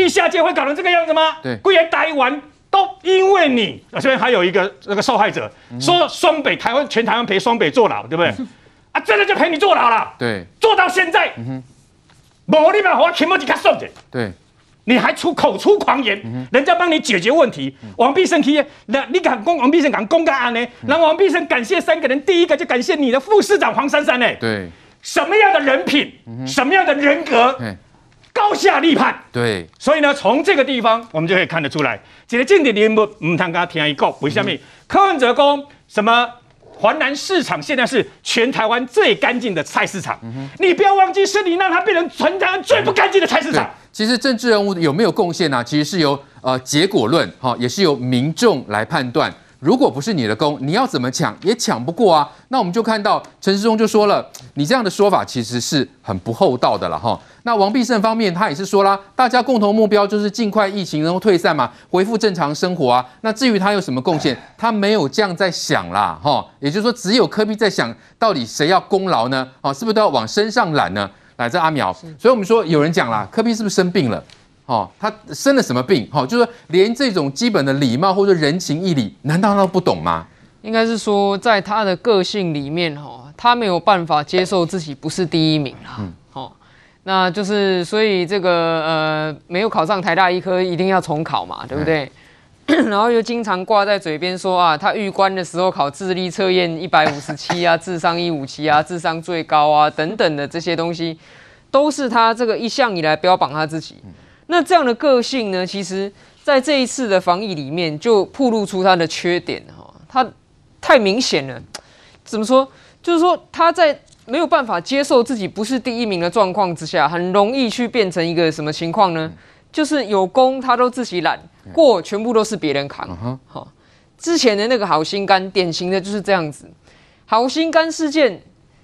你下届会搞成这个样子吗？ 对， 贵人台湾都因为你，这边还有一个那个受害者说双北全台湾赔双北坐牢，对不对？啊，真的就赔你坐牢了。 对， 做到现在，没你把我提莫吉卡送的。 对。 你还口出狂言，人家帮你解决问题。王必胜你敢公王必胜敢公开案呢？然后王必胜感谢3个人，第一个就感谢你的副市长黄珊珊呢。 对， 什么样的人品，什么样的人格，高下立判。对，所以呢，从这个地方我们就可以看得出来，这个政治人物唔通跟他听一个，为什么？柯文哲说什么？环南市场现在是全台湾最干净的菜市场，你不要忘记，是你让它变成全台湾最不干净的菜市场。 其实政治人物有没有贡献呢？其实是由结果论也是由民众来判断。如果不是你的功，你要怎么抢也抢不过啊。那我们就看到陈时中就说了，你这样的说法其实是很不厚道的了哈。那王必胜方面他也是说啦，大家共同目标就是尽快疫情能够退散嘛，恢复正常生活啊。那至于他有什么贡献，他没有这样在想啦哈。也就是说，只有柯 P 在想，到底谁要功劳呢？是不是都要往身上揽呢？来，这阿苗，所以我们说有人讲啦，柯 P 是不是生病了？他生了什么病？就是说连这种基本的礼貌或者人情义理，难道他都不懂吗？ 应该是说，在他的个性里面，他没有办法接受自己不是第一名啦。那就是所以这个没有考上台大医科，一定要重考嘛，对不对？然后又经常挂在嘴边说啊，他预官的时候考智力测验157啊，智商157啊，智商最高啊等等的这些东西，都是他这个一向以来标榜他自己。那这样的个性呢，其实在这一次的防疫里面就暴露出他的缺点他太明显了。怎么说？就是说他在没有办法接受自己不是第一名的状况之下，很容易去变成一个什么情况呢？就是有功他都自己揽，过全部都是别人扛。之前的那个好心肝，典型的就是这样子。好心肝事件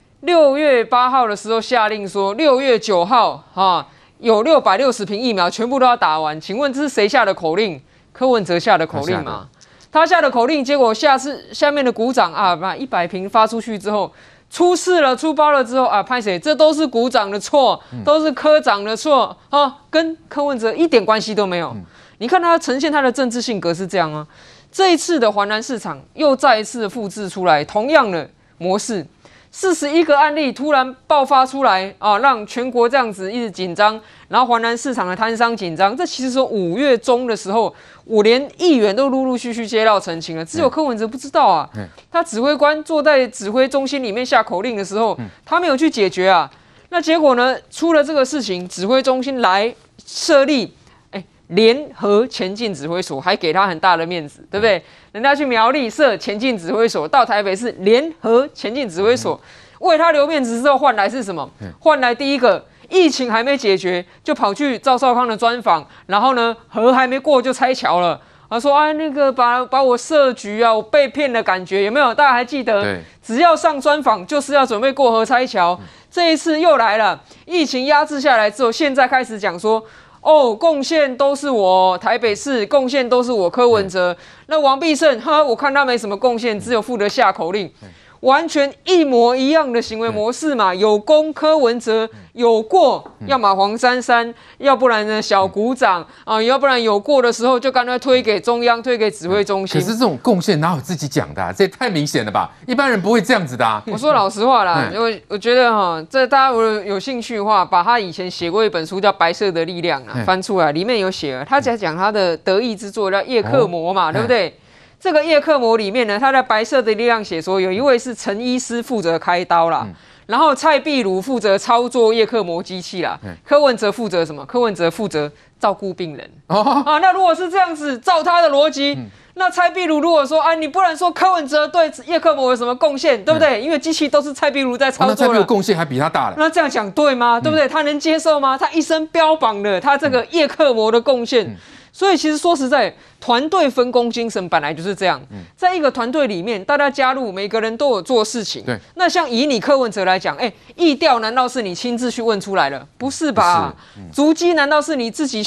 ，6月8号的时候下令说，6月9号有660瓶疫苗全部都要打完，请问这是谁下的口令？柯文哲下的口令吗？他下的口令，结果下面的股长把100瓶发出去之后，出事了，出包了之后拍谁？这都是股长的错，都是科长的错跟柯文哲一点关系都没有。你看他呈现他的政治性格是这样啊。这一次的环南市场又再一次复制出来同样的模式。41个案例突然爆发出来让全国这样子一直紧张，然后环南市场的摊商紧张。这其实说5月中的时候，我连议员都陆陆续续接到澄清了，只有柯文哲不知道啊。他指挥官坐在指挥中心里面下口令的时候，他没有去解决啊。那结果呢，出了这个事情，指挥中心来设立联合前进指挥所，还给他很大的面子，对不对？人家去苗栗设前进指挥所，到台北市联合前进指挥所，为他留面子之后，换来是什么？换来第一个，疫情还没解决，就跑去赵少康的专访，然后呢，河还没过就拆桥了。他说那个把我设局我被骗的感觉有没有？大家还记得？只要上专访就是要准备过河拆桥。这一次又来了，疫情压制下来之后，现在开始讲说。贡献都是我台北市，贡献都是我柯文哲。那王必胜，我看他没什么贡献，只有负责下口令，完全一模一样的行为模式嘛。有功柯文哲，有过要么黄珊珊，要不然呢小股长要不然有过的时候就干脆推给中央，推给指挥中心。 可是这种贡献哪有自己讲的这也太明显了吧？一般人不会这样子的我说老实话啦，我觉得这大家如果有兴趣的话，把他以前写过一本书叫《白色的力量》翻出来，里面有写他在讲他的得意之作叫叶克膜嘛，对不对？这个叶克膜里面呢，他在《白色的力量》写说，有一位是陈医师负责开刀啦，然后蔡壁如负责操作叶克膜机器啦，柯文哲负责什么？柯文哲负责照顾病人。那如果是这样子，照他的逻辑，那蔡壁如如果说你不能说柯文哲对叶克膜有什么贡献，对不对？因为机器都是蔡壁如在操作了， 那蔡壁如贡献还比他大了。 那这样讲对吗？对不对？他能接受吗？他一生标榜了他这个叶克膜的贡献。所以其实说实在，团队分工精神本来就是这样。在一个团队里面，大家加入，每个人都有做事情。对。那像以你柯文哲来讲，疫调难道是你亲自去问出来了？不是吧？足迹难道是你自己去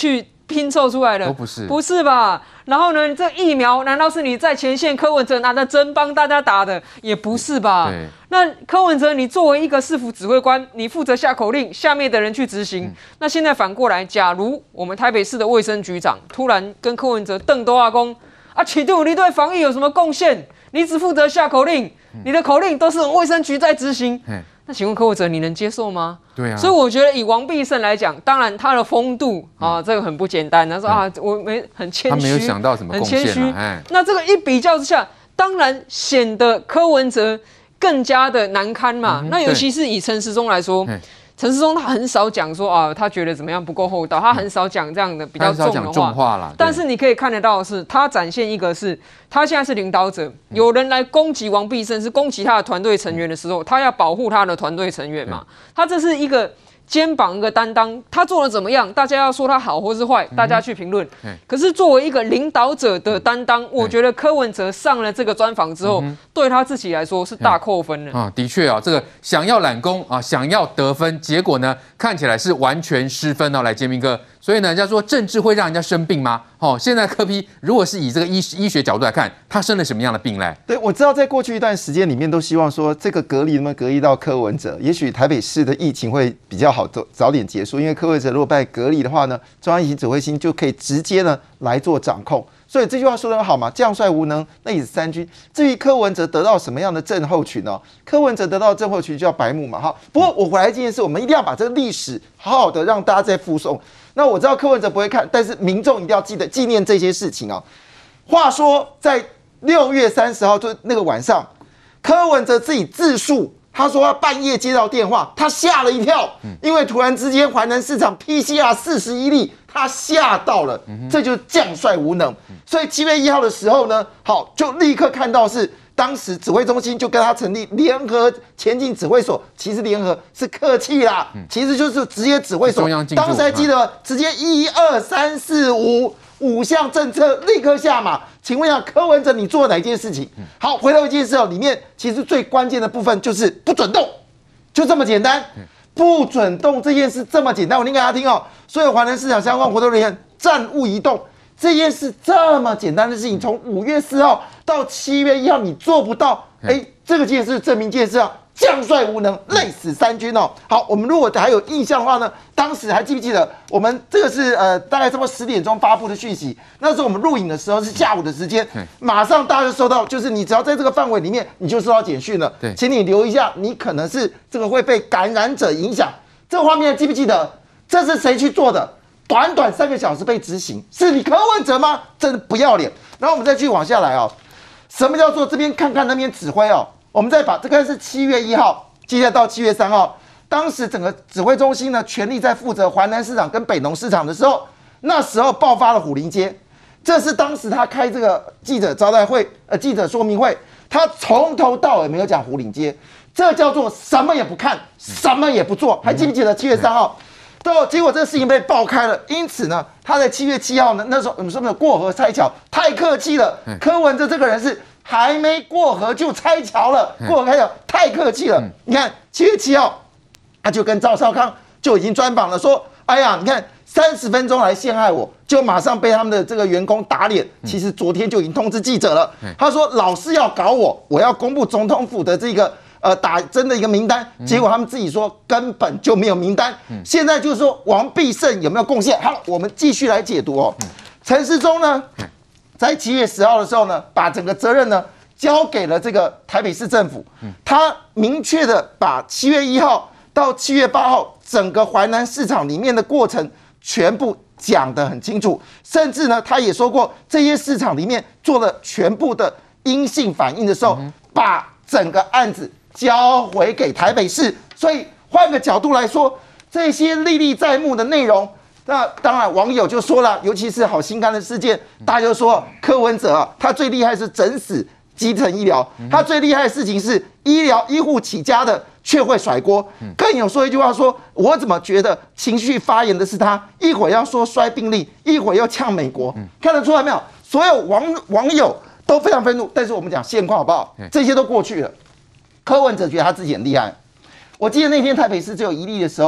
拼凑出来的？ 都不是， 不是吧？然后呢，这疫苗难道是你在前线柯文哲拿着针帮大家打的？也不是吧？ 对。 那柯文哲，你作为一个市府指挥官，你负责下口令，下面的人去执行。那现在反过来，假如我们台北市的卫生局长突然跟柯文哲瞪多阿公啊，启动你对防疫有什么贡献？你只负责下口令，你的口令都是卫生局在执行。那请问柯文哲你能接受吗？ 对啊。 所以我觉得以王必胜来讲，当然他的风度啊，这个很不简单。他说啊，我很谦虚， 他没有想到什么贡献，很谦虚。 那这个一比较之下，当然显得柯文哲更加的难堪嘛。那尤其是以陈时中来说。陈时中他很少讲说啊，他觉得怎么样不够厚道，他很少讲这样的比较重的话啦。 但是你可以看得到的是，他展现一个是，他现在是领导者，有人来攻击王必胜，是攻击他的团队成员的时候，他要保护他的团队成员嘛。他这是一个肩膀一个担当，他做的怎么样，大家要说他好或是坏，大家去评论。可是作为一个领导者的担当，我觉得柯文哲上了这个专访之后，对他自己来说是大扣分了啊。的确啊，这个想要揽功啊，想要得分，结果呢看起来是完全失分哦。来，杰明哥，所以呢，人家说政治会让人家生病吗？现在柯 P 如果是以这个医学角度来看，他生了什么样的病嘞？ 对，我知道在过去一段时间里面，都希望说这个隔离能不能隔离到柯文哲，也许台北市的疫情会比较好早点结束，因为柯文哲如果被隔离的话呢，中央疫情指挥中就可以直接呢来做掌控。所以这句话说得很好嘛，将帅无能，那也是三军。至于柯文哲得到什么样的症候群呢？柯文哲得到症候群就叫白目嘛。好，不过我回来这件事，我们一定要把这个历史好好的让大家再复诵。那我知道柯文哲不会看，但是民众一定要纪念这些事情哦。话说在6月30号就那个晚上，柯文哲自己自述，他说他半夜接到电话，他吓了一跳，因为突然之间淮南市场 PCR 41例。他吓到了，这就是将帅无能。所以7月1号的时候呢，好，就立刻看到是当时指挥中心就跟他成立联合前进指挥所，其实联合是客气啦，其实就是直接指挥所。当时还记得直接1、2、3、4、5项政策立刻下马。请问一下，柯文哲你做了哪件事情？好，回到一件事哦，里面其实最关键的部分就是不准动，就这么简单。不准动这件事这么简单，我念给大家听哦。所有淮南市场相关活动人员暂勿移动，这件事这么简单的事情，从5月4号到7月1号你做不到，这个件事证明件事啊，将帅无能，累死三军哦。好，我们如果还有印象的话呢，当时还记不记得我们这个是大概差不多10点钟发布的讯息，那时候我们录影的时候是下午的时间，马上大家就收到，就是你只要在这个范围里面，你就收到简讯了，请你留一下，你可能是这个会被感染者影响。这个画面记不记得？这是谁去做的？短短3个小时被执行，是你柯文哲吗？真的不要脸。然后我们再继续往下来哦，什么叫做这边看看那边指挥哦？我们再把这个是7月1号，接下来到7月3号，当时整个指挥中心呢，全力在负责淮南市场跟北农市场的时候，那时候爆发了虎林街，这是当时他开这个记者招待会，记者说明会，他从头到尾没有讲虎林街，这叫做什么也不看，什么也不做。还记不记得7月3号？结果这个事情被爆开了，因此呢，他在7月7号呢，那时候我们说的过河拆桥太客气了，柯文哲这个人是还没过河就拆桥了，过河拆桥太客气了。你看7月7号，他就跟赵少康就已经专访了，说，哎呀，你看30分钟来陷害我，就马上被他们的这个员工打脸。其实昨天就已经通知记者了，他说老是要搞我，我要公布总统府的这个。打针的一个名单，结果他们自己说根本就没有名单。现在就是说王必胜有没有贡献？好，我们继续来解读哦。陈时中呢，在7月10号的时候呢，把整个责任呢交给了这个台北市政府，他明确的把7月1号到7月8号整个淮南市场里面的过程全部讲得很清楚，甚至呢，他也说过这些市场里面做了全部的阴性反应的时候，把整个案子交回给台北市，所以换个角度来说，这些历历在目的内容，那当然网友就说了，尤其是好心肝的事件，大家就说柯文哲啊，他最厉害是整死基层医疗，他最厉害的事情是医护起家的却会甩锅，更有说一句话说，我怎么觉得情绪发言的是他，一会儿要说衰病例，一会儿又呛美国，看得出来没有？所有网友都非常愤怒，但是我们讲现况好不好？这些都过去了。柯文哲觉得他自己很厉害。我记得那天台北市只有1例的时候，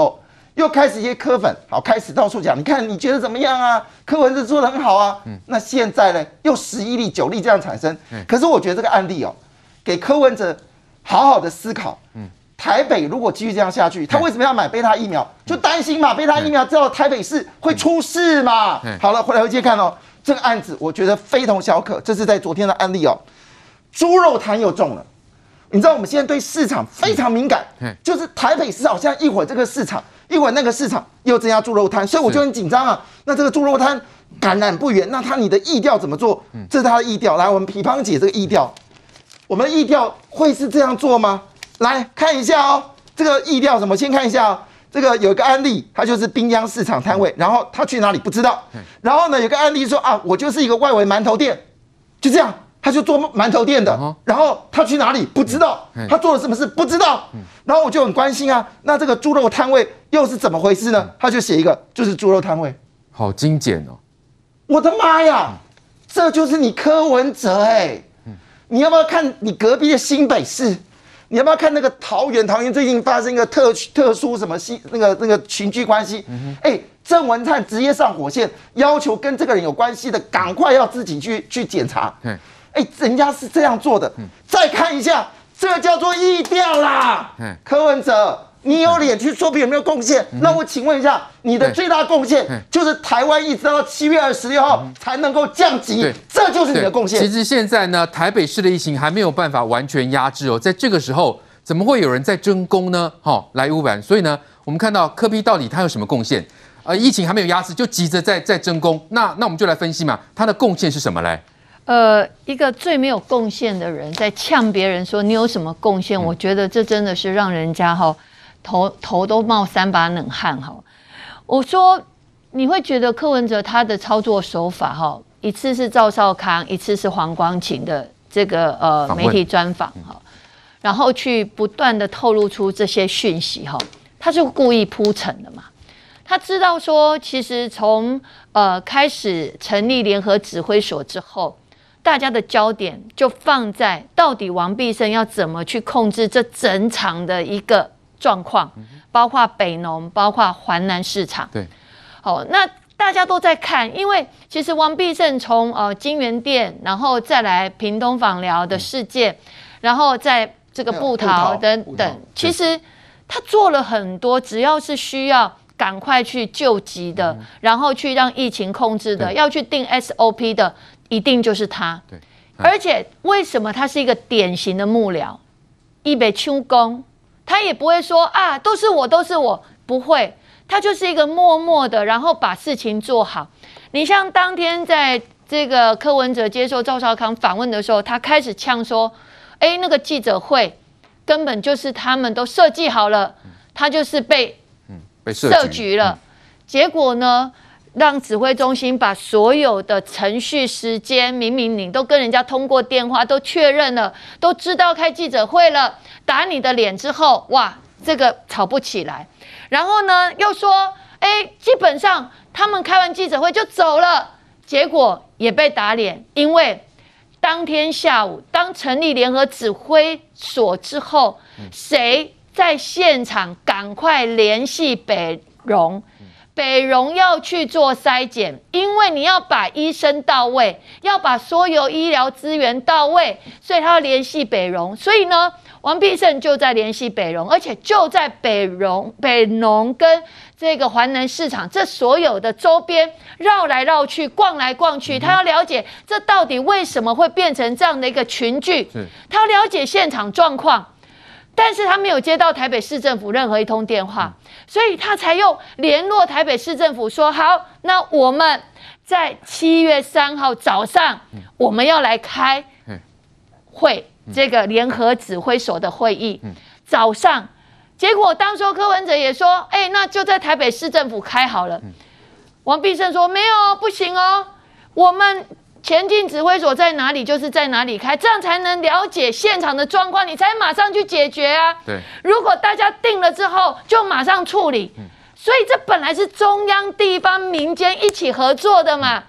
又开始一些柯粉，好，开始到处讲，你看你觉得怎么样啊？柯文哲做得很好啊。那现在呢，又11例、9例这样产生。可是我觉得这个案例哦，给柯文哲好好的思考。台北如果继续这样下去，他为什么要买贝塔疫苗？就担心嘛，贝塔疫苗知道台北市会出事嘛。好了，回接看哦，这个案子我觉得非同小可，这是在昨天的案例哦，猪肉摊又中了。你知道我们现在对市场非常敏感，就是台北市好像一会儿这个市场，一会儿那个市场又增加猪肉摊，所以我就很紧张啊。那这个猪肉摊感染不远，那你的疫调怎么做？这是他的疫调。来，我们皮胖姐这个疫调，我们的疫调会是这样做吗？来看一下哦，这个疫调怎么？先看一下哦，这个有一个案例，他就是滨江市场摊位，然后他去哪里不知道。然后呢，有个案例说啊，我就是一个外围馒头店，就这样，他就做馒头店的。然后他去哪里不知道，他做了什么事不知道。然后我就很关心啊，那这个猪肉摊位又是怎么回事呢？他就写一个，就是猪肉摊位， 好精简哦。 我的妈呀，这就是你柯文哲哎！你要不要看你隔壁的新北市？你要不要看那个桃园？桃园最近发生一个特殊什么那个群居关系？郑文灿直接上火线，要求跟这个人有关系的，赶快要自己去检查。人家是这样做的。再看一下，这个叫做疫调啦。柯文哲，你有脸去说别人有没有贡献？那我请问一下，你的最大贡献就是台湾一直到7月26号才能够降级，这就是你的贡献。 其实现在呢，台北市的疫情还没有办法完全压制哦，在这个时候，怎么会有人在争功呢？来污染，所以呢，我们看到柯 P 到底他有什么贡献？疫情还没有压制，就急着在争功。那我们就来分析嘛，他的贡献是什么嘞？ 一个最没有贡献的人在呛别人说你有什么贡献，我觉得这真的是让人家头都冒3把冷汗哈！我说你会觉得柯文哲他的操作手法一次是赵少康，一次是黄光芹的这个媒体专访然后去不断的透露出这些讯息他是故意铺陈的嘛？他知道说，其实从开始成立联合指挥所之后，大家的焦点就放在到底王必胜要怎么去控制这整场的一个状况，包括北农，包括环南市场。对，那大家都在看，因为其实王必胜从金源店，然后再来屏东访寮的事件，然后在这个布桃等等，其实他做了很多，只要是需要赶快去救急的，然后去让疫情控制的，要去定 SOP 的，一定就是他。对，而且为什么他是一个典型的幕僚？一北秋公。他也不会说啊，都是我，不会，他就是一个默默的，然后把事情做好。你像当天在这个柯文哲接受赵少康访问的时候，他开始呛说，那个记者会根本就是他们都设计好了，他就是被设局了。结果呢，让指挥中心把所有的程序时间，明明你都跟人家通过电话，都确认了，都知道开记者会了。打你的脸之后，哇，这个吵不起来。然后呢，又说，基本上他们开完记者会就走了，结果也被打脸，因为当天下午当成立联合指挥所之后，谁在现场赶快联系北荣？北荣要去做筛检，因为你要把医生到位，要把所有医疗资源到位，所以他要联系北荣。所以呢，王必胜就在联系北荣，而且就在北农跟这个环南市场这所有的周边绕来绕去、逛来逛去，他要了解这到底为什么会变成这样的一个群聚，他要了解现场状况。但是他没有接到台北市政府任何一通电话，所以他才又联络台北市政府说，好，那我们在7月3号早上我们要来开会，这个联合指挥所的会议，早上。结果当时柯文哲也说，那就在台北市政府开好了。王必胜说没有，不行哦，我们前进指挥所在哪里就是在哪里开，这样才能了解现场的状况，你才马上去解决啊。对，如果大家定了之后就马上处理，所以这本来是中央、地方、民间一起合作的嘛。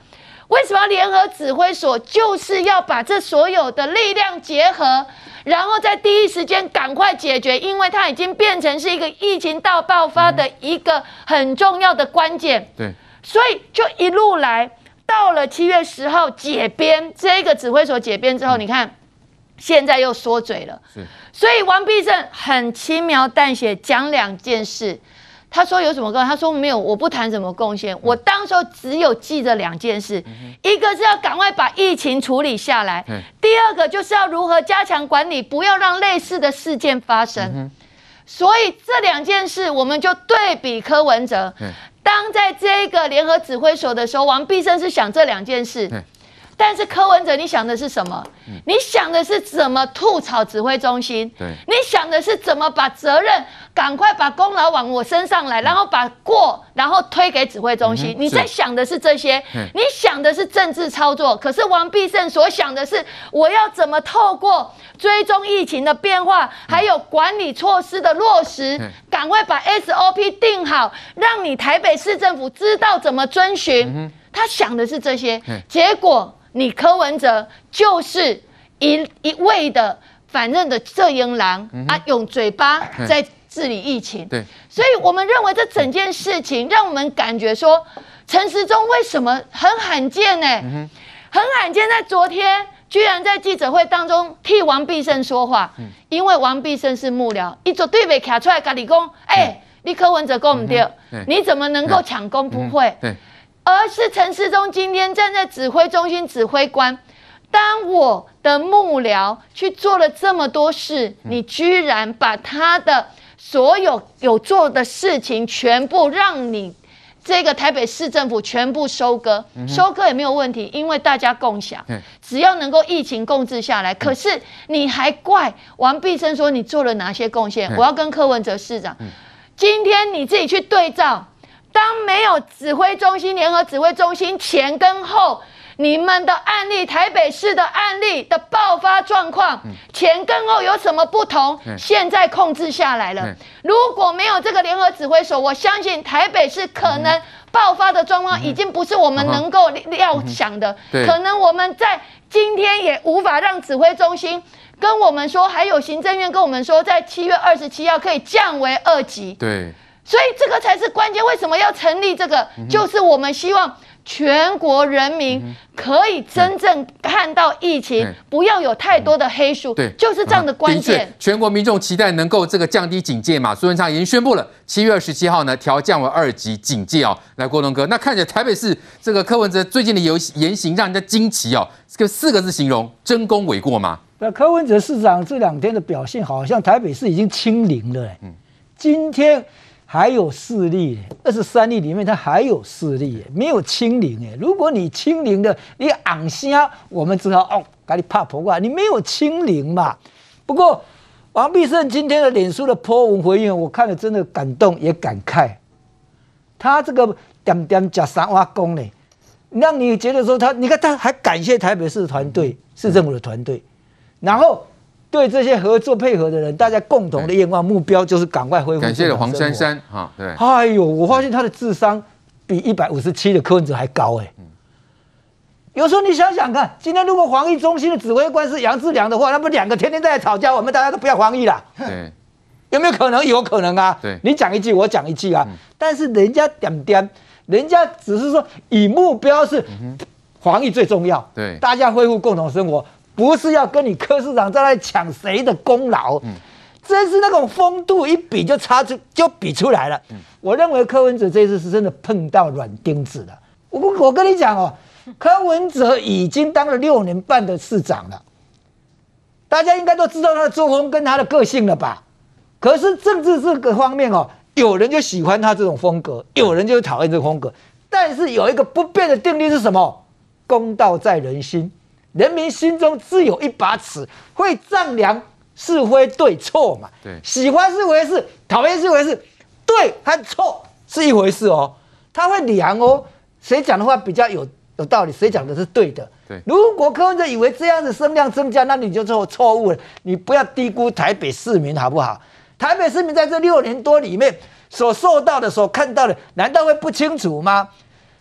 为什么要联合指挥所？就是要把这所有的力量结合，然后在第一时间赶快解决，因为它已经变成是一个疫情大爆发的一个很重要的关键。 对， 所以就一路来到了7月10号解编，这个指挥所解编之后，你看现在又缩嘴了。所以王必胜很轻描淡写讲2件事。他说有什么贡献？他说没有，我不谈什么贡献。我当时候只有记着2件事，一个是要赶快把疫情处理下来，第二个就是要如何加强管理，不要让类似的事件发生。所以这2件事，我们就对比柯文哲。当在这个联合指挥所的时候，王必胜是想这2件事。但是柯文哲，你想的是什么？你想的是怎么吐槽指挥中心？你想的是怎么把责任赶快把功劳往我身上来，然后把然后推给指挥中心。你在想的是这些，你想的是政治操作。可是王必胜所想的是，我要怎么透过追踪疫情的变化，还有管理措施的落实，赶快把 SOP 定好，让你台北市政府知道怎么遵循。他想的是这些，结果你柯文哲就是一味的反正的这样狼用嘴巴在治理疫情。所以我们认为这整件事情让我们感觉说，陈时中为什么很罕见呢？很罕见，在昨天居然在记者会当中替王必胜说话，因为王必胜是幕僚，他绝对不站出来跟你说，你柯文哲说不对，你怎么能够抢功？不会。而是陈时中今天站在指挥中心指挥官，当我的幕僚去做了这么多事，你居然把他的所有做的事情全部让你这个台北市政府全部收割，收割也没有问题，因为大家共享，只要能够疫情控制下来。可是你还怪王必胜说你做了哪些贡献？我要跟柯文哲市长，今天你自己去对照。当没有指挥中心、联合指挥中心前跟后，你们的案例，台北市的案例的爆发状况，前跟后有什么不同？现在控制下来了。如果没有这个联合指挥所，我相信台北市可能爆发的状况已经不是我们能够料想的。可能我们在今天也无法让指挥中心跟我们说，还有行政院跟我们说，在7月27号可以降为2级。所以这个才是关键。为什么要成立这个？就是我们希望全国人民可以真正看到疫情，不要有太多的黑数，就是这样的关键。 全国民众期待能够这个降低警戒嘛？苏贞昌已经宣布了，7月27号呢调降为2级警戒哦。来，国栋哥，那看起来台北市这个柯文哲最近的言行让人家惊奇哦，这个4个字形容：真功诿过吗？ 那柯文哲市长这2天的表现，好像台北市已经清零了。今天还有4例，23例里面它还有4例，没有清零。如果你清零的，你昂虾，我们只好给你怕婆怪，你没有清零嘛。不过王必胜今天的脸书的 po 文回应，我看了真的感动也感慨。他这个点点加3挖工呢，让你觉得说你看他还感谢台北市团队、市政府的团队，然后对这些合作配合的人，大家共同的愿望目标就是赶快恢复。 感谢了黄珊珊哈，对。 哎呦，我发现他的智商比157的柯文哲还高有时候你想想看，今天如果防疫中心的指挥官是杨志良的话，那不2个天天在吵架，我们大家都不要防疫了。 对， 有没有可能？有可能啊。 对， 你讲一句，我讲一句啊。但是人家人家只是说以目标是防疫最重要， 对， 大家恢复共同生活。不是要跟你柯市长在那抢谁的功劳，真是那种风度一比就比出来了。我认为柯文哲这次是真的碰到软钉子了。我跟你讲柯文哲已经当了6年半的市长了，大家应该都知道他的作风跟他的个性了吧？可是政治这个方面有人就喜欢他这种风格，有人就讨厌这个风格。但是有一个不变的定律是什么？公道在人心。人民心中自有一把尺，会丈量是非对错嘛？ 对， 喜欢是回事，讨厌是回事，对和错是一回事他会量谁讲的话比较有道理，谁讲的是对的。 对， 如果柯文哲以为这样子声量增加，那你就错误了。你不要低估台北市民好不好？台北市民在这6年多里面所受到的、所看到的，难道会不清楚吗？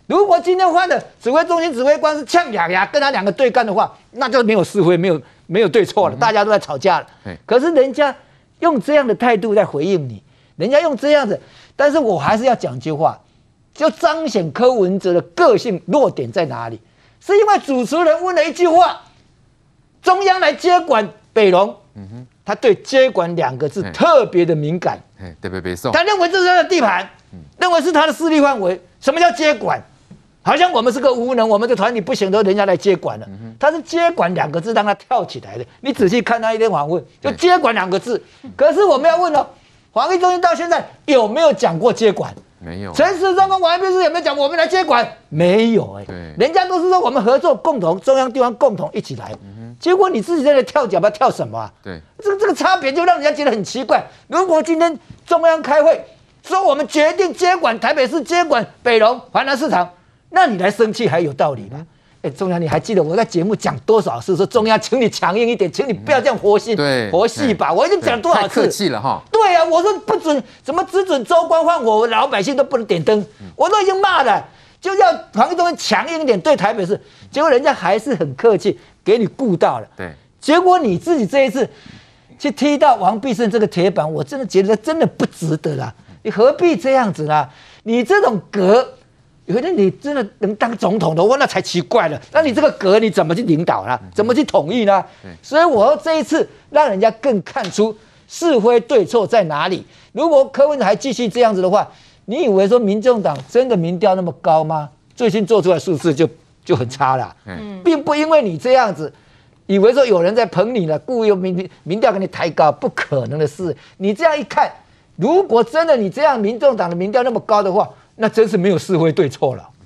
如果今天换的指挥中心指挥官是呛牙牙跟他两个对干的话，那就没有是非，没有对错了，大家都在吵架了。可是人家用这样的态度在回应你，人家用这样子，但是我还是要讲句话，就彰显柯文哲的个性弱点在哪里？是因为主持人问了一句话，中央来接管北农，他对接管2个字特别的敏感，他认为这是他的地盘，认为是他的势力范围。什么叫接管？好像我们是个无能，我们的团体不行，都人家来接管了。他是接管2个字让他跳起来的。你仔细看他一天访问，就接管2个字。可是我们要问哦，防疫中心到现在有没有讲过接管？ 没有。 陈时中跟王一斌是有没有讲我们来接管？没有哎、人家都是说我们合作共同，中央地方共同一起来。结果你自己在那跳脚，要跳什么啊？对，这个差别就让人家觉得很奇怪。如果今天中央开会说我们决定接管台北市，接管北农、环南市场，那你来生气还有道理吗？中央，你还记得我在节目讲多少次说中央，请你强硬一点，请你不要这样活戏吧？我已经讲多少次？ 太客气了哈。 对啊，我说不准，怎么只准州官放火，老百姓都不能点灯，我都已经骂了，就要防疫中心强硬一点对台北市，结果人家还是很客气，给你顾到了。对，结果你自己这一次去踢到王必胜这个铁板，我真的觉得真的不值得啦，你何必这样子啦？你这种格。有的你真的能当总统的话，那才奇怪了。那你这个格你怎么去领导呢？怎么去统一呢？所以我这一次让人家更看出是非对错在哪里。如果柯文哲还继续这样子的话，你以为说民众党真的民调那么高吗？最新做出来数字就很差了，并不因为你这样子，以为说有人在捧你了，故意用民调给你抬高，不可能的事。你这样一看，如果真的你这样民众党的民调那么高的话，那真是没有是非对错了。